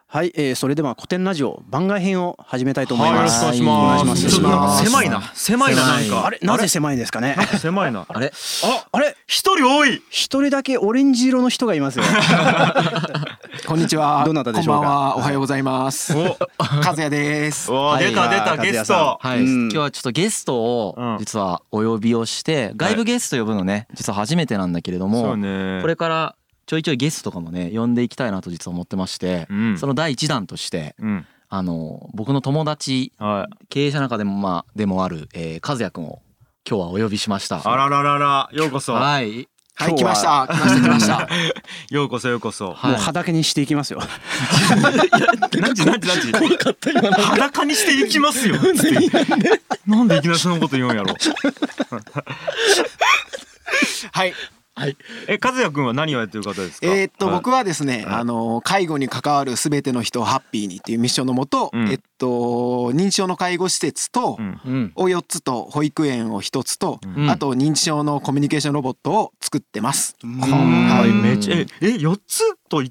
はい、それでは古典ラジオ番外編を始めたいと思います。 はい、よろしくお願いします。 ちょっとなんか狭いななんか。 あれなぜ狭いですかね。 なんか狭いな。 あれ一人多い。 一人だけオレンジ色の人がいますよ。 こんにちは。 どなたでしょうか。 こんばんは。おはようございます。和也です。 出たゲスト。 はい。今日はちょっとゲストを実はお呼びをして外部ゲスト呼ぶのね実は初めてなんだけれども、これからちょいちょいゲストとかもね呼んでいきたいなと実は思ってまして、その第一弾として、僕の友達、経営者の中でもでもある和也くんを今日はお呼びしました。 あらららら、ようこそ。 はい、来ましたようこそ。 もう裸にしていきますよ。 何時裸にしていきますよ。なんでいきなりそのこと言うんやろ。 はい。 和也くんは何をやってる方ですか。 僕はですね、介護に関わるすべての人をハッピーにっていうミッションのもと、認知症の介護施設とを4つと保育園を1つと、あと認知症のコミュニケーションロボットを作ってます。 めっちゃ4つと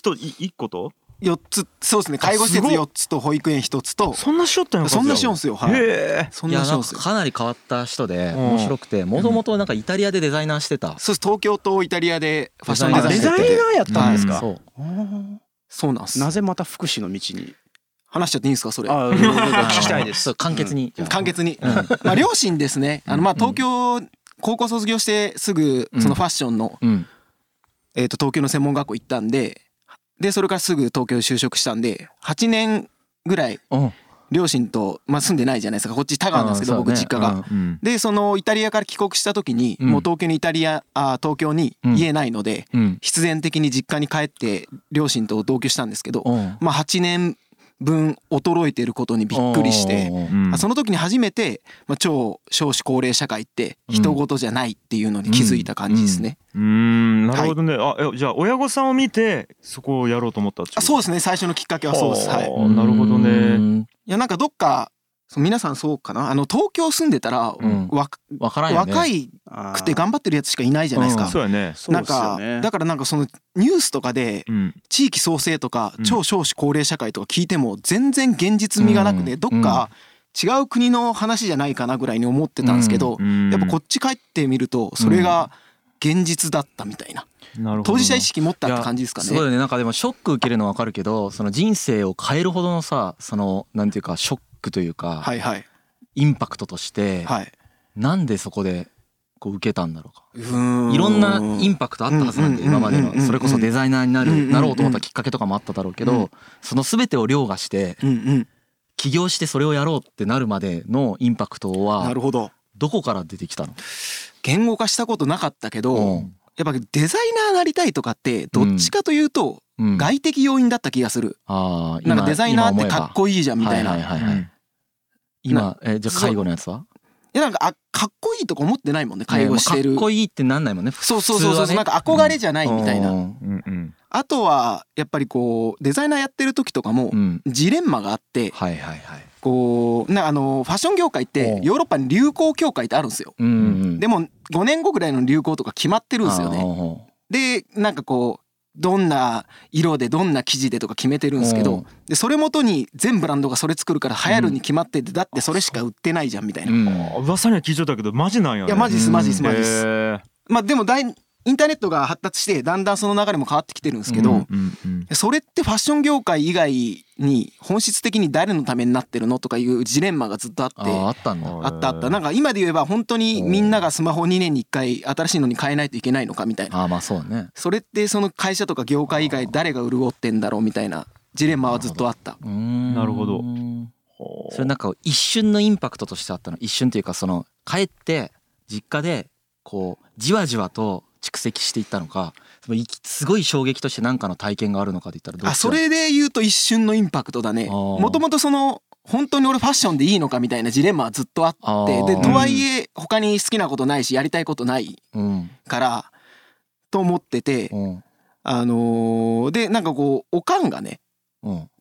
1個と 4つ、そうですね。介護施設4つと保育園1つと。 そんなしよったんや。 そんなしよんすよ。はい。 いやなんかかなり変わった人で面白くて、もともとなんかイタリアでデザイナーしてた。 そうです。東京とイタリアでファッションデザインしてて。 デザイナーやったんですか。 そうなんです。 なぜまた福祉の道に。 話しちゃっていいんですかそれ。 聞きたいです。 簡潔に。 まあ両親ですね。東京高校卒業してすぐそのファッションの東京の専門学校行ったんで。でそれからすぐ東京で就職したんで8年ぐらい両親と住んでないじゃないですか。こっち田川なんですけど僕実家が。でそのイタリアから帰国した時にもう東京に家ないので必然的に実家に帰って両親と同居したんですけど、8年分衰えてることにびっくりして、その時に初めて超少子高齢社会って人事じゃないっていうのに気づいた感じですね。 なるほどね。じゃあ親御さんを見てそこをやろうと思ったってこと。 そうですね。最初のきっかけはそうです。 なるほどね。 いやなんかどっか皆さんそうかな、東京住んでたら若いくて頑張ってるやつしかいないじゃないですか。 そうやね。 なんかだからなんかそのニュースとかで地域創生とか超少子高齢社会とか聞いても全然現実味がなくて、どっか違う国の話じゃないかなぐらいに思ってたんですけど、やっぱこっち帰ってみるとそれが現実だったみたいな。当事者意識持ったって感じですかね。 すごいよね。なんかでもショック受けるの分かるけど、その人生を変えるほどのさ、そのなんていうかショックというか、インパクトとして、なんでそこでこう受けたんだろうか。いろんなインパクトあったはずなんで、今までのそれこそデザイナーになろうと思ったきっかけとかもあっただろうけど、その全てを凌駕して起業してそれをやろうってなるまでのインパクトはどこから出てきたの？ 言語化したことなかったけど、やっぱデザイナーなりたいとかってどっちかというと外的要因だった気がする。なんかデザイナーってかっこいいじゃんみたいな。 今じゃあ介護のやつは？ いやなんかかっこいいとか思ってないもんね。介護してる。 かっこいいってなんないもんね。 そうなんか憧れじゃないみたいな。あとはやっぱりこうデザイナーやってる時とかもジレンマがあって、こうファッション業界ってヨーロッパに流行協会ってあるんですよ。でも5年後ぐらいの流行とか決まってるんですよね。でなんかこうどんな色でどんな生地でとか決めてるんですけど、でそれ元に全ブランドがそれ作るから流行るに決まってて、だってそれしか売ってないじゃんみたいな。 噂には聞いちゃったけどマジなんやね。 いやマジです。でもインターネットが発達してだんだんその流れも変わってきてるんですけど、それってファッション業界以外に本質的に誰のためになってるのとかいうジレンマがずっとあって、あったなんか今で言えば本当にみんながスマホ2年に1回新しいのに変えないといけないのかみたいな。それってその会社とか業界以外誰が潤ってんだろうみたいなジレンマはずっとあった。 なるほど。 それなんか一瞬のインパクトとしてあったの。一瞬というかその帰って実家でこうじわじわと蓄積していったのか、すごい衝撃として何かの体験があるのかで言ったらどっち？ それで言うと一瞬のインパクトだね。もともとその本当に俺ファッションでいいのかみたいなジレンマはずっとあって、でとはいえ他に好きなことないしやりたいことないからと思ってて、でなんかこうおかんがね、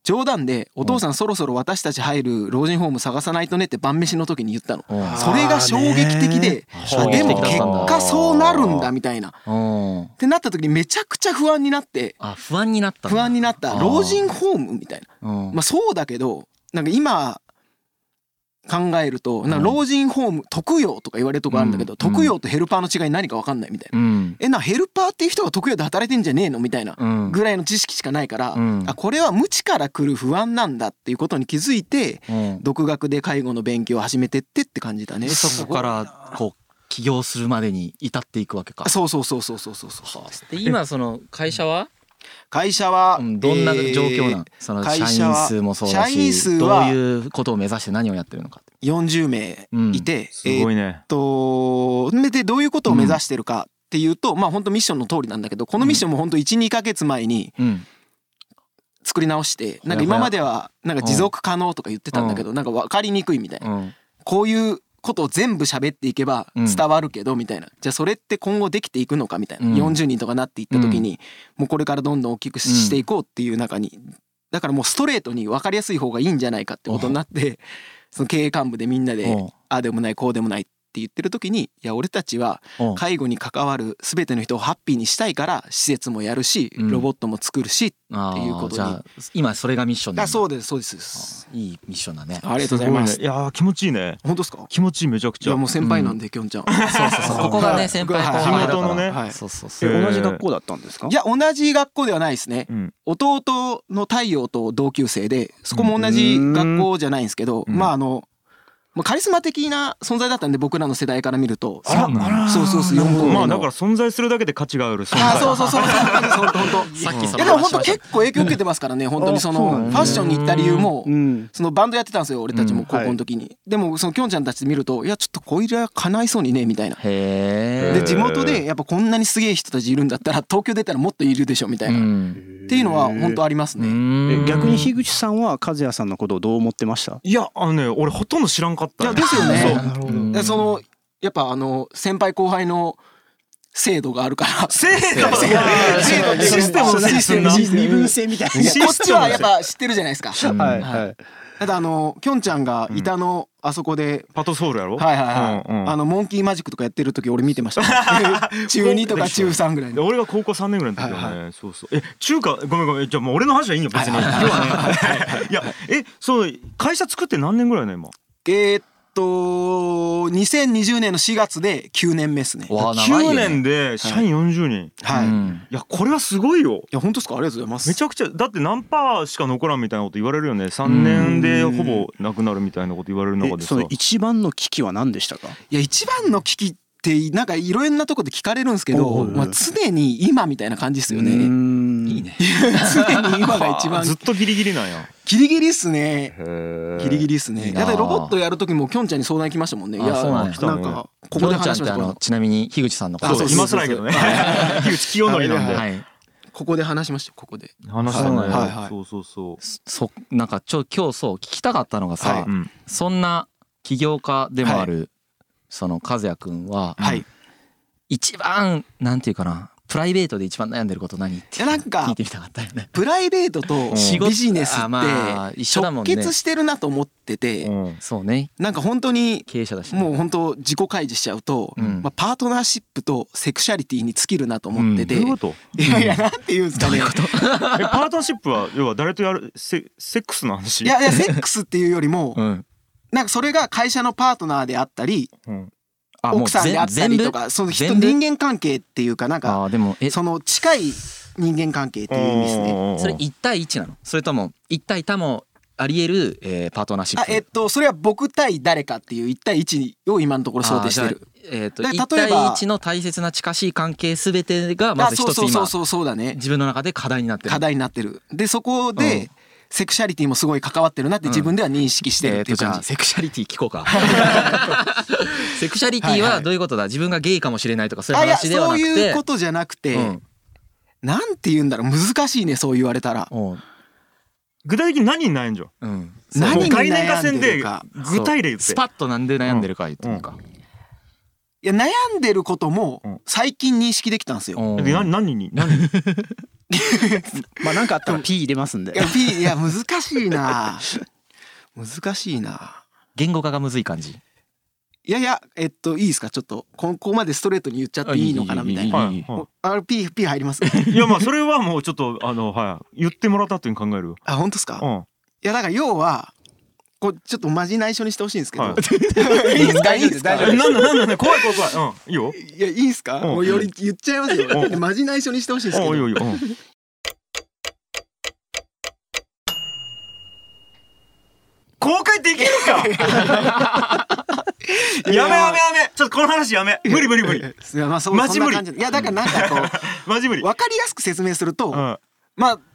冗談でお父さんそろそろ私たち入る老人ホーム探さないとねって晩飯の時に言ったの。それが衝撃的で、でも結果そうなるんだみたいなってなった時にめちゃくちゃ不安になって、 不安になった老人ホームみたいな、まあそうだけどなんか今考えるとなんか老人ホーム特養とか言われるとこあるんだけど、特養とヘルパーの違い何か分かんないみたいな、ヘルパーっていう人が特養で働いてんじゃねえのみたいなぐらいの知識しかないから、あこれは無知から来る不安なんだっていうことに気づいて、独学で介護の勉強を始めてってって感じだね。 そこからこう起業するまでに至っていくわけか。 そう。 で今その会社はどんな状況なん？その社員数もそうだし、どういうことを目指して何をやってるのか。 40名いて、 すごいね。 でどういうことを目指してるかっていうと、まあ本当ミッションの通りなんだけど、このミッションも本当 1,2 ヶ月前に作り直して、なんか今まではなんか持続可能とか言ってたんだけど、なんか分かりにくいみたいな、こういうことを全部喋っていけば伝わるけどみたいな、じゃあそれって今後できていくのかみたいな、40人とかなっていった時にもうこれからどんどん大きくしていこうっていう中に、だからもうストレートに分かりやすい方がいいんじゃないかってことになって、その経営幹部でみんなでああでもないこうでもないって言ってる時に、いや俺たちは介護に関わる全ての人をハッピーにしたいから施設もやるしロボットも作るしっていうことに、 じゃあ今それがミッションなんだ。 そうですいいミッションだね。 ありがとうございます。 いや気持ちいいね。 本当ですか？ 気持ちいい、めちゃくちゃ。 いやもう先輩なんできょんちゃん。 そうここがね先輩後輩だから。地元のね。 そう同じ学校だったんですか？ いや同じ学校ではないですね。弟の太陽と同級生で、そこも同じ学校じゃないんですけど、まあカリスマ的な存在だったんで、僕らの世代から見ると。そうまあだから存在するだけで価値がある存在。 そう本当。さっきいやでも本当結構影響受けてますからね。本当にそのファッションに行った理由も、そのバンドやってたんですよ俺たちも高校の時に。でもそのきょんちゃんたちで見ると、いやちょっとこいつは叶いそうにねみたいな。で地元でやっぱこんなにすげえ人たちいるんだったら東京出たらもっといるでしょみたいなっていうのは本当ありますね。 逆に樋口さんは和也さんのことをどう思ってました？ いや俺ほとんど知らんかった。 いやですよね。そのやっぱ先輩後輩の制度があるから。 制度システム身分制みたいな。 こっちはやっぱ知ってるじゃないですか。 はい。 ただきょんちゃんがいたのあそこでパトソールやろ。 モンキーマジックとかやってる時俺見てました。中2とか中3ぐらい。 俺が高校3年ぐらいの時はね。そう中華ごめんじゃあもう俺の話はいいよ別に。いやそう会社作って何年ぐらいね今。 2020年の4月で9年目ですね。 9年で社員40人。いやこれはすごいよ。いや本当ですか？ありがとうございます。 めちゃくちゃだって何パーしか残らんみたいなこと言われるよね。3年でほぼなくなるみたいなこと言われる中でさ。 その一番の危機は何でしたか？ いや一番の危機ってなんかいろんなとこで聞かれるんですけど、常に今みたいな感じですよね。いいね。常に今が一番。 ずっとギリギリなんや。 ギリギリっすね。ギリギリっすね。だってロボットやる時もきょんちゃんに相談来ましたもんね。いやなんかここで話しました。ちなみに樋口さんのこと今更やけどね。樋口清則なんで。 ここで話しました。ここで話したね。 そうなんか今日聞きたかったのがさ、そんな起業家でもあるその和也くんは一番なんていうかな、プライベートで一番悩んでること何って聞いてみたかったよね。 プライベートとビジネスって直結してるなと思ってて、 そうね。 なんか本当に経営者だしもう本当自己開示しちゃうと、パートナーシップとセクシャリティに尽きるなと思ってて。 どういうこと？ いやなんていうんですかね。 パートナーシップは要は誰とやるセックスの話？ いやセックスっていうよりもなんかそれが会社のパートナーであったり。奥さんであったりとか、その人間関係っていうかなんかその近い人間関係っていう意味ですね。 それ1対1なの？それとも1対多もあり得るパートナーシップ？ それは僕対誰かっていう1対1を今のところ想定してる。 1対1の大切な近しい関係すべてがまず一つ今自分の中で課題になってる。 課題になってる。でそこでセクシャリティもすごい関わってるなって自分では認識してるっていう感じ。 セクシャリティ聞こうか。セクシャリティはどういうことだ？自分がゲイかもしれないとかそういう話ではなくて。 そういうことじゃなくて、なんて言うんだろう、難しいねそう言われたら。 具体的に何に悩んじゃう？ 何に悩んでるか。 具体例言って。 スパッとなんで悩んでるか言ってみるか。 いや悩んでることも最近認識できたんですよ。 何に？ まあなんかあったら P 入れますんで。 いや難しいな難しいな。 言語化がむずい感じ。 いやいやいいですか、ちょっとここまでストレートに言っちゃっていいのかなみたいな。P 入ります。 いやまあそれはもうちょっと言ってもらったっていう考える。 あ、本当ですか。いやだから要はこうちょっとまじ内緒にしてほしいんですけど。いいですか、いいですか。 なんだ怖い。いいよ。 いやいいですか。もうより言っちゃいますよ。まじ内緒にしてほしいんですけど。いいよ。 公開できるか。やめちょっとこの話やめ。無理。 いやまあマジ無理。いやだからなんかこうマジ無理。 分かりやすく説明すると、まあ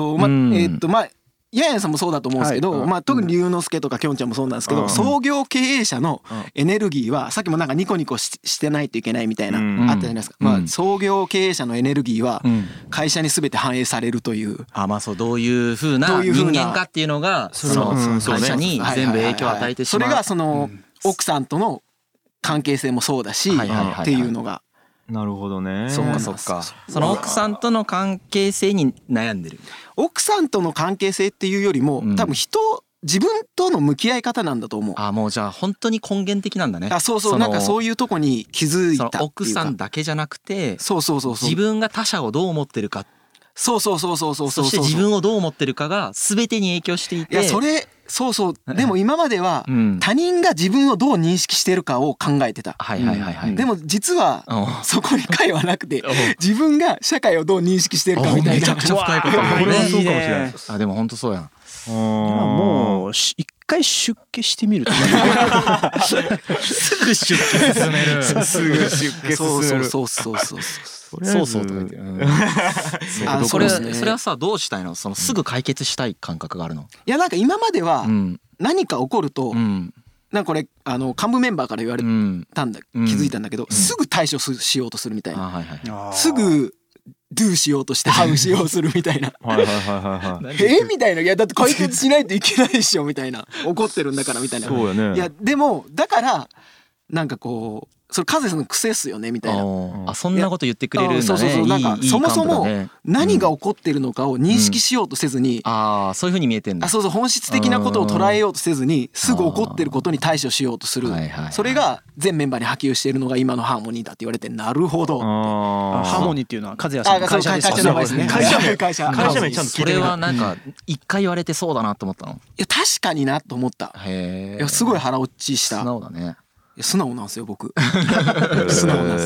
ヤンさんもそうだと思うんですけど、まあ特に龍之介とかきょんちゃんもそうなんですけど、創業経営者のエネルギーはさっきもなんかニコニコしてないといけないみたいなあったじゃないですか。まあ創業経営者のエネルギーは会社に全て反映されるという。 まあそう、どういう風な人間かっていうのがその会社に全部影響を与えてしまう。 それがその奥さんとの関係性もそうだしっていうのが。 なるほどね。 そうか。その奥さんとの関係性に悩んでる。 奥さんとの関係性っていうよりも多分自分との向き合い方なんだと思う。 もうじゃあ本当に根源的なんだね。 そうなんかそういうとこに気づいたっていうか。 奥さんだけじゃなくて、 そう自分が他者をどう思ってるか。 そうそして自分をどう思ってるかが全てに影響していて。 いやそれでも今までは他人が自分をどう認識してるかを考えてた。でも実はそこに解はなくて、自分が社会をどう認識してるかみたいな。 めちゃくちゃ深いこと。これはそうかもしれない。 でも本当そうやん。 もう一回出家してみるとか。 すぐ出家進める。 すぐ出家進める。 そうとか言って。それはさ、どうしたいの？そのすぐ解決したい感覚があるの？ いやなんか今までは何か起こると、なんかこれ幹部メンバーから言われたんだ、気づいたんだけど、すぐ対処しようとするみたいな。すぐドゥしようとしてハウしようするみたいな。みたいな。いやだって解決しないといけないでしょみたいな。怒ってるんだからみたいな。 そうやね。 いやでもだからなんかこう。それカズさんの癖っすよねみたいな。 そんなこと言ってくれるんだね。 なんかそもそも何が起こってるのかを認識しようとせずに、 そういう風に見えてんだ。 本質的なことを捉えようとせずにすぐ起こってることに対処しようとする。それが全メンバーに波及しているのが今のハーモニーだって言われて、なるほど。 ハーモニーっていうのは和也さんの会社です。 会社の名前ですね。会社名ちゃんと聞いてる。 それはなんか一回言われてそうだなと思ったの。 いや確かになと思った。いやすごい腹落ちした。 素直だね。 素直なんですよ僕。素直なんです。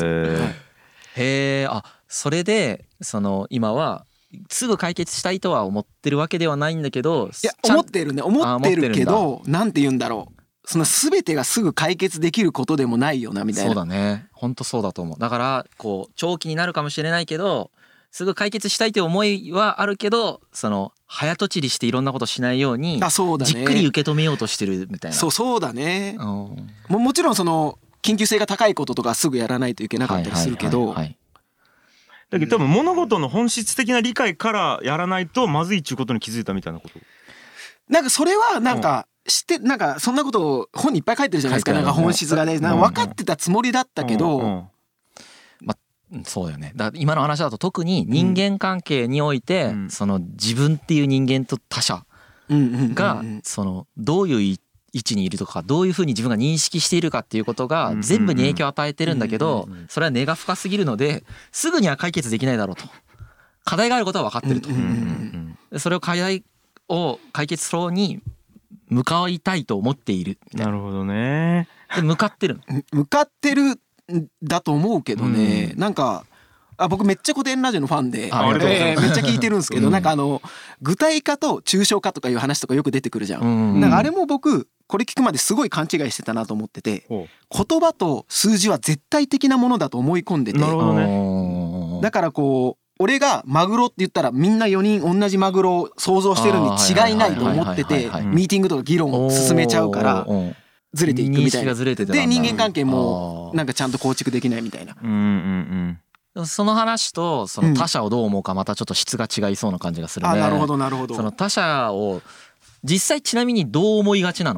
それで今はすぐ解決したいとは思ってるわけではないんだけど。 いや思ってるけど、なんて言うんだろう、その全てがすぐ解決できることでもないよなみたいな。 そうだね、本当そうだと思う。だからこう長期になるかもしれないけど、すぐ解決したいという思いはあるけど、早とちりしていろんなことしないようにじっくり受け止めようとしてるみたいな。 そうだね。もちろん緊急性が高いこととかすぐやらないといけなかったりするけど、だけど多分物事の本質的な理解からやらないとまずいっちゅうことに気づいたみたいなこと。 なんかそれはなんかなんかそんなことを本にいっぱい書いてるじゃないですか。なんか本質がね、分かってたつもりだったけど。 そうだよね。だから今の話だと特に人間関係において、自分っていう人間と他者がどういう位置にいるとか、どういうふうに自分が認識しているかっていうことが全部に影響を与えてるんだけど、それは根が深すぎるのですぐには解決できないだろうと。課題があることは分かってると。それを課題を解決するに向かいたいと思っているみたいな。 なるほどね。 で向かってるだと思うけどね。なんか僕めっちゃ古典ラジオのファンでめっちゃ聞いてるんですけど、なんか具体化と抽象化とかいう話とかよく出てくるじゃん。なんかあれも僕これ聞くまですごい勘違いしてたなと思ってて、言葉と数字は絶対的なものだと思い込んでて。 なるほどね。 だからこう俺がマグロって言ったらみんな4人同じマグロを想像してるに違いないと思ってて、ミーティングとか議論を進めちゃうからずれていくみたいな。で人間関係もなんかちゃんと構築できないみたいな。 その話と他者をどう思うかまたちょっと質が違いそうな感じがするね。 なるほどなるほど。 他者を実際ちなみにどう思いがちなの？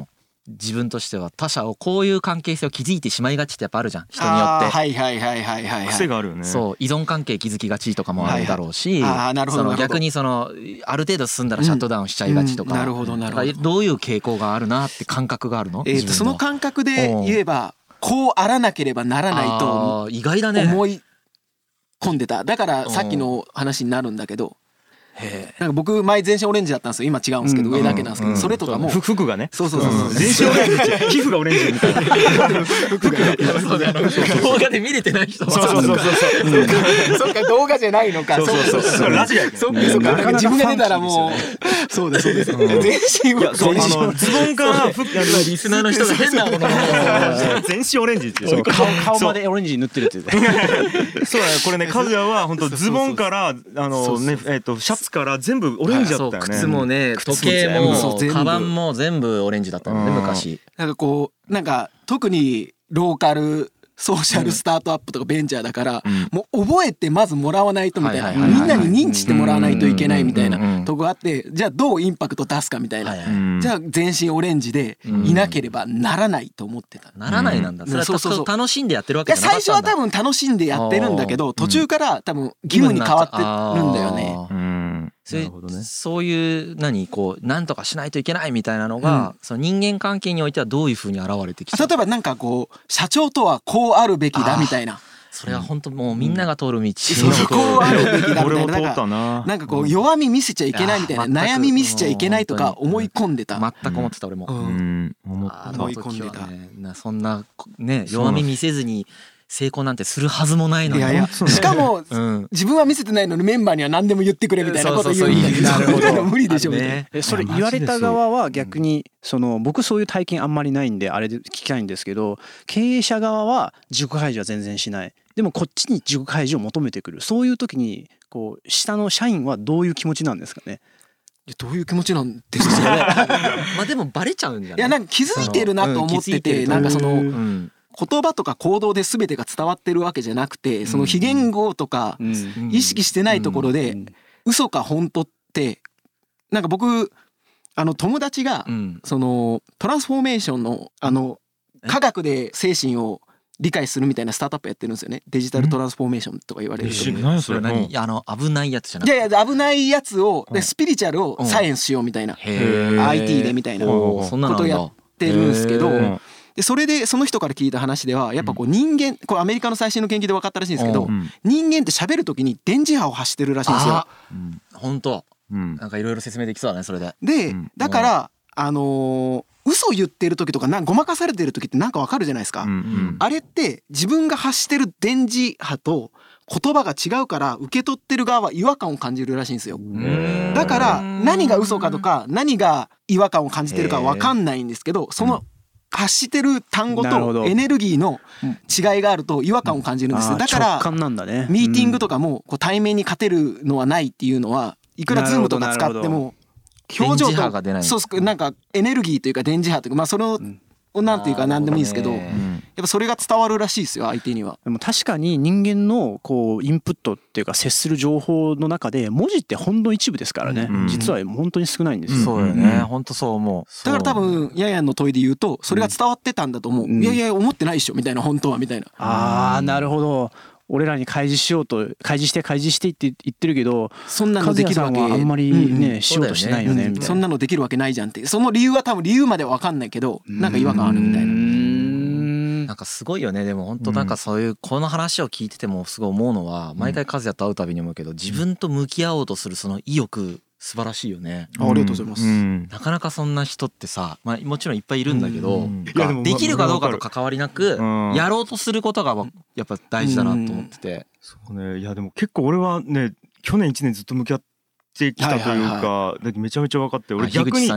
自分としては他者をこういう関係性を築いてしまいがちってやっぱあるじゃん、人によって。 はいはいはいはいはい、 癖があるよね。 そう依存関係築きがちとかもあるだろうし、その逆にそのある程度進んだらシャットダウンしちゃいがちとか、 なるほどなるほど。 どういう傾向があるなって感覚があるの？ その感覚で言えばこうあらなければならないと意外だね思い込んでた。だからさっきの話になるんだけど、なんか僕前全身オレンジだったんですよ。今違うんですけど、上だけなんですけど、それとかも服がね、 そうそうそう、 全身オレンジ、皮膚がオレンジみたいな服が動画で見れてない人はそっか動画じゃないのか、 そうそうそう、ラジオやけど、 そっか自分が出たらもうそうですそうです、全身ズボンからリスナーの人が変なもの全身オレンジっていう、 顔までオレンジ塗ってるってそうだね。これね、カズヤは本当ズボンからねシャツから全部オレンジだったよね。 靴もね、時計もカバンも全部オレンジだったのね昔。 なんかこうなんか特にローカルソーシャルスタートアップとかベンチャーだから、もう覚えてまずもらわないとみたいな、みんなに認知してもらわないといけないみたいなとこがあって、じゃあどうインパクト出すかみたいな、じゃあ全身オレンジでいなければならないと思ってた。 ならないなんだ。それは楽しんでやってるわけじゃなかったんだ。 最初は多分楽しんでやってるんだけど、途中から多分義務に変わってるんだよね。 そういうこうなんとかしないといけないみたいなのが、その人間関係においてはどういうふうに現れてきた？ 例えばなんかこう社長とはこうあるべきだみたいな。 それは本当もうみんなが通る道。 こうあるべきだみたいな。 俺も通ったな。 なんかこう弱み見せちゃいけないみたいな、悩み見せちゃいけないとか思い込んでた。 全く思ってた俺も。思い込んでた。 そんなね弱み見せずに成功なんてするはずもないのに。 しかも自分は見せてないのにメンバーには何でも言ってくれみたいなこと言うんだけど、なるほど無理でしょみたいな。 それ言われた側は逆に僕そういう体験あんまりないんであれで聞きたいんですけど、経営者側は自己開示は全然しない。でもこっちに自己開示を求めてくる。そういう時にこう下の社員はどういう気持ちなんですかね。 どういう気持ちなんですかね。 まあでもバレちゃうんじゃない？ いやなんか気づいてるなと思ってて、なんかその言葉とか行動で全てが伝わってるわけじゃなくて、その非言語とか意識してないところで嘘か本当ってなんか僕友達がそのトランスフォーメーションの科学で精神を理解するみたいなスタートアップやってるんですよね。デジタルトランスフォーメーションとか言われる。 何それ？ 危ないやつじゃなくて。 いやいや危ないやつをスピリチュアルをサイエンスしようみたいな IT でみたいなことをやってるんですけど。でそれでその人から聞いた話ではやっぱこう人間これアメリカの最新の研究で分かったらしいんですけど、人間って喋る時に電磁波を発してるらしいんですよ。 本当。なんかいろいろ説明できそうだねそれで。 でだから嘘言ってる時とかごまかされてる時ってなんかわかるじゃないですか。あれって自分が発してる電磁波と言葉が違うから受け取ってる側は違和感を感じるらしいんですよ。だから何が嘘かとか何が違和感を感じてるかわかんないんですけど、その発してる単語とエネルギーの違いがあると違和感を感じるんですよ。だからミーティングとかもこう対面に勝てるのはないっていうのはいくらズームとか使っても表情とそうなんかエネルギーというか電磁波というかそのなんていうか何でもいいですけど、やっぱそれが伝わるらしいですよ相手には。 でも確かに人間のこうインプットっていうか接する情報の中で文字ってほんの一部ですからね、実は本当に少ないんですよ。 そうよね、本当そう思う。 だから多分ヤンヤンの問いで言うとそれが伝わってたんだと思う。いやいや思ってないっしょみたいな本当はみたいな。 なるほど。俺らに開示してって言ってるけど、 そんなのできるわけあんまりねしようとしないよねみたいな。 そんなのできるわけないじゃんって、その理由は多分理由までは分かんないけどなんか違和感あるみたいな。 なんかすごいよね。でも本当なんかそういうこの話を聞いててもすごい思うのは、毎回和也と会うたびに思うけど、自分と向き合おうとするその意欲素晴らしいよね。 ありがとうございます。 なかなかそんな人ってさ、もちろんいっぱいいるんだけど、できるかどうかと関わりなくやろうとすることがやっぱ大事だなと思ってて。 そうね。いやでも結構俺はね去年1年ずっと向き合ってきたというか、めちゃめちゃ分かって、俺逆に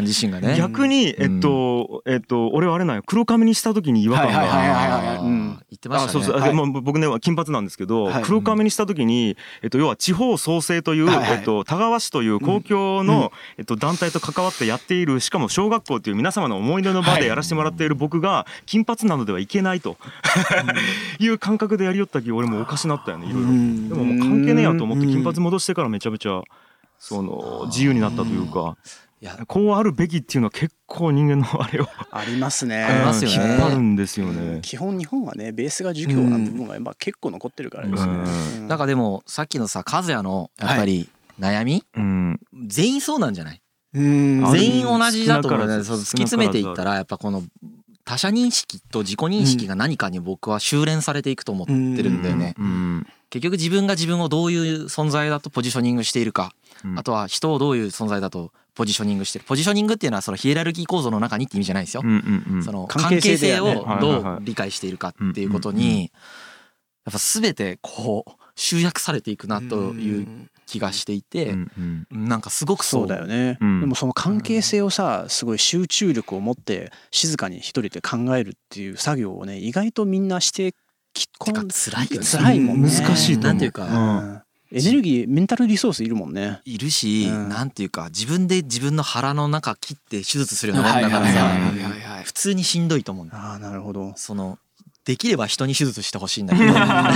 俺はあれなんよ、黒髪にした時に違和感が言ってましたね。 そうそう、僕ね金髪なんですけど、黒髪にした時に要は地方創生という田川市という公共の団体と関わってやっている、しかも小学校という皆様の思い出の場でやらせてもらっている僕が金髪なのではいけないという感覚でやりよったき、俺もおかしなったよねいろいろ。でももう関係ねえやと思って金髪戻してからめちゃめちゃ自由になったというか。 こうあるべきっていうのは結構人間のあれをありますね。 ありますよね。 引っ張るんですよね。 基本日本はねベースが儒教なんて部分がやっぱ結構残ってるからですね。 なんかでもさっきのさ和也のやっぱり悩み、全員そうなんじゃない？全員同じだと思うね。突き詰めていったらやっぱこの他者認識と自己認識が何かに僕は修練されていくと思ってるんだよね。結局自分が自分をどういう存在だとポジショニングしているか、あとは人をどういう存在だとポジショニングしてる。ポジショニングっていうのはそのヒエラルキー構造の中にって意味じゃないですよ。その関係性をどう理解しているかっていうことにやっぱ全てこう集約されていくなという気がしていて、なんかすごくそうだよね。でもその関係性をさすごい集中力を持って静かに一人で考えるっていう作業をね意外とみんなして辛いよね。 辛いもんね。 難しいと思う。 なんていうか、 エネルギーメンタルリソースいるもんね。 いるし、なんていうか自分で自分の腹の中切って手術するようなもんだからさ、普通にしんどいと思う。 ああなるほど。 そのできれば人に手術してほしいんだけど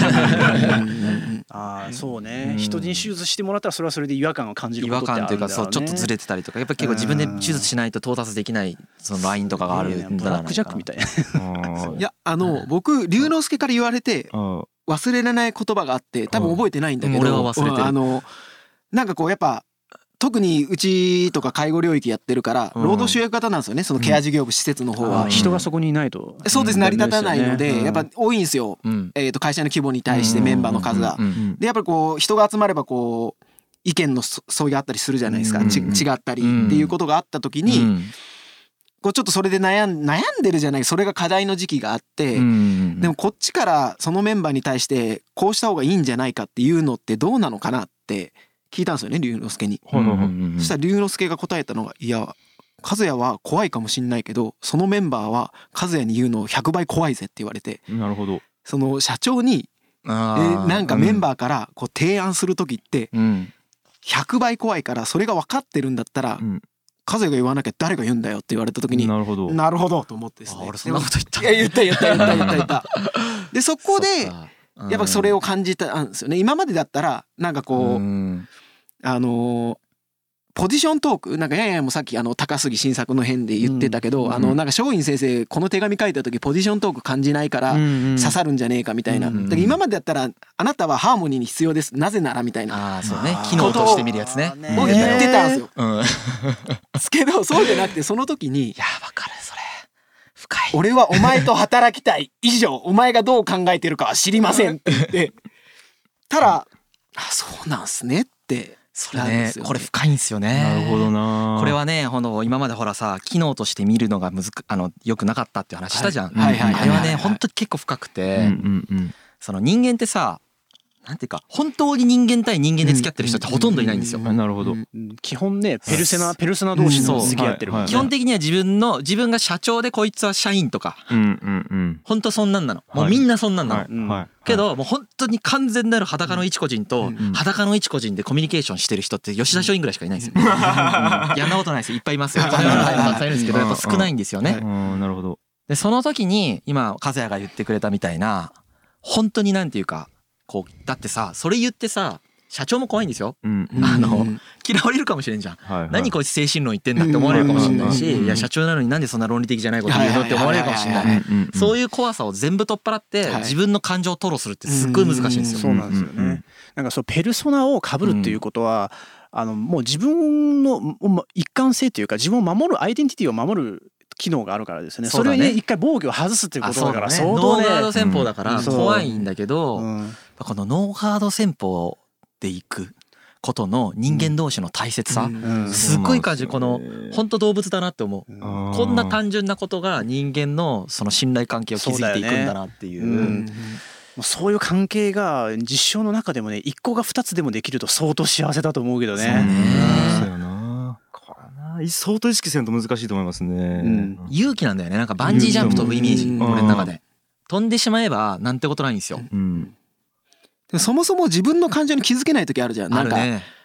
ああそうね、人に手術してもらったらそれはそれで違和感を感じることってあるんだろうね。 違和感というかそうちょっとずれてたりとかやっぱり結構自分で手術しないと到達できないそのラインとかがあるんだろうな。 ブラックジャックみたいな。 いや僕龍之介から言われて忘れられない言葉があって多分覚えてないんだけど、 俺は忘れてる。 なんかこうやっぱ特にうちとか介護領域やってるから労働集約型なんですよね、そのケア事業部施設の方は。 人がそこにいないとそうです、成り立たないのでやっぱ多いんですよ、会社の規模に対してメンバーの数が。でやっぱりこう人が集まればこう意見の相違があったりするじゃないですか、違ったりっていうことがあった時にこうちょっとそれで悩んでるじゃない、それが課題の時期があって、でもこっちからそのメンバーに対してこうした方がいいんじゃないかっていうのってどうなのかなって聞いたんですよね龍之介に。そしたら龍之介が答えたのが、いや和也は怖いかもしんないけどそのメンバーは和也に言うの100倍怖いぜって言われて。 なるほど。その社長になんかメンバーからこう提案する時って100倍怖いからそれが分かってるんだったら和也が言わなきゃ誰が言うんだよって言われた時になるほどと思ってですね。 俺そんなこと言った。 いや言ったでそこでやっぱそれを感じたんですよね。今までだったらなんかこうポジショントークなんかもうさっき高杉晋作の辺で言ってたけど、なんか松陰先生この手紙書いた時ポジショントーク感じないから刺さるんじゃねえかみたいな。だから今までだったらあなたはハーモニーに必要ですなぜならみたいなそうね機能として見るやつねを言ってたんですよ。ですけどそうじゃなくてその時にいやわかるそれ深い。 俺はお前と働きたい以上お前がどう考えてるかは知りませんって言ってたらそうなんすねってそれねこれ深いんですよね。 なるほどな。 これはね今までほらさ機能として見るのが良くなかったっていう話したじゃん。あれはね本当に結構深くてその人間ってさなんていうか本当に人間対人間で付き合ってる人ってほとんどいないんですよ。 なるほど。 基本ねペルソナ同士の付き合ってるもんね。 基本的には自分が社長でこいつは社員とか本当そんなんなの。もうみんなそんなんなの。けどもう本当に完全なる裸の一個人と裸の一個人でコミュニケーションしてる人って吉田松陰ぐらいしかいないんですよ。やんなことないですよ。いっぱいいますよ。この世の中にたくさんいるんですけどやっぱ少ないんですよね。 なるほど。 でその時に今和也が言ってくれたみたいな本当になんていうかこうだってさそれ言ってさ社長も怖いんですよ。嫌われるかもしれんじゃん。何こいつ精神論言ってんだって思われるかもしれないし、いや社長なのになんでそんな論理的じゃないこと言うのって思われるかもしれない。そういう怖さを全部取っ払って自分の感情を吐露するってすっごい難しいんですよ。 そうなんですよね。なんかそうペルソナを被るっていうことはもう自分の一貫性というか自分を守るアイデンティティを守る機能があるからですね。それをね一回防御を外すっていうことだから相当ねノーガード戦法だから怖いんだけどこのノーガード戦法でいくことの人間同士の大切さすっごい感じ。この本当動物だなって思う。こんな単純なことが人間のその信頼関係を築いていくんだなっていう。 そういう関係が実証の中でもね1個が2つでもできると相当幸せだと思うけどね。 そうよな。相当意識せんと難しいと思いますね。 勇気なんだよね。なんかバンジージャンプ飛ぶイメージ俺の中で飛んでしまえばなんてことないんですよ。 そもそも自分の感情に気づけない時あるじゃん。なんか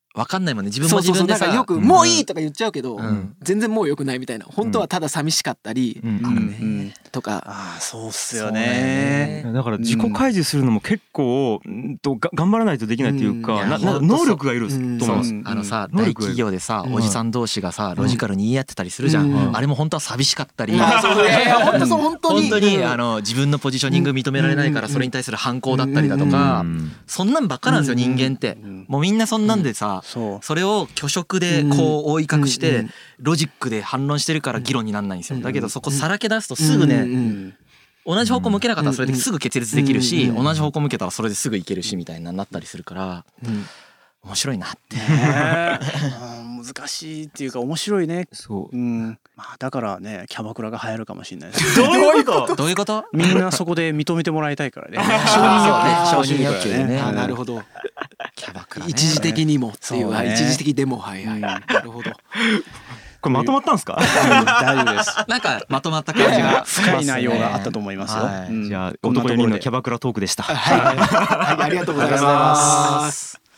分かんないもんね自分も自分でさ。 よくもういいとか言っちゃうけど、全然もう良くないみたいな、本当はただ寂しかったりとか。 ああそうっすよね。 だから自己開示するのも結構頑張らないとできないっていうか、能力がいると思います。 さ大企業でさおじさん同士がさロジカルに言い合ってたりするじゃん。あれも本当は寂しかったり、本当に自分のポジショニング認められないからそれに対する反抗だったりだとか、そんなんばっかなんですよ人間って。もうみんなそんなんでさ、それを虚飾でこう覆い隠してロジックで反論してるから議論にならないんですよ。だけどそこさらけ出すとすぐね、同じ方向向けなかったらそれですぐ決裂できるし、同じ方向向けたらそれですぐいけるしみたいななったりするから、面白いなって。 難しいっていうか面白いね。 そう。 まあだからねキャバクラが流行るかもしれないです。 どういうこと？ どういうこと？ みんなそこで認めてもらいたいからね。 承認欲求ね。 なるほど。 キャバクラ一時的にもっていう、一時的でも、なるほど。 これまとまったんですか？ 大丈夫です。 なんかまとまった感じが深い内容があったと思いますよ。 じゃあ男4人のキャバクラトークでした。 はい、ありがとうございます。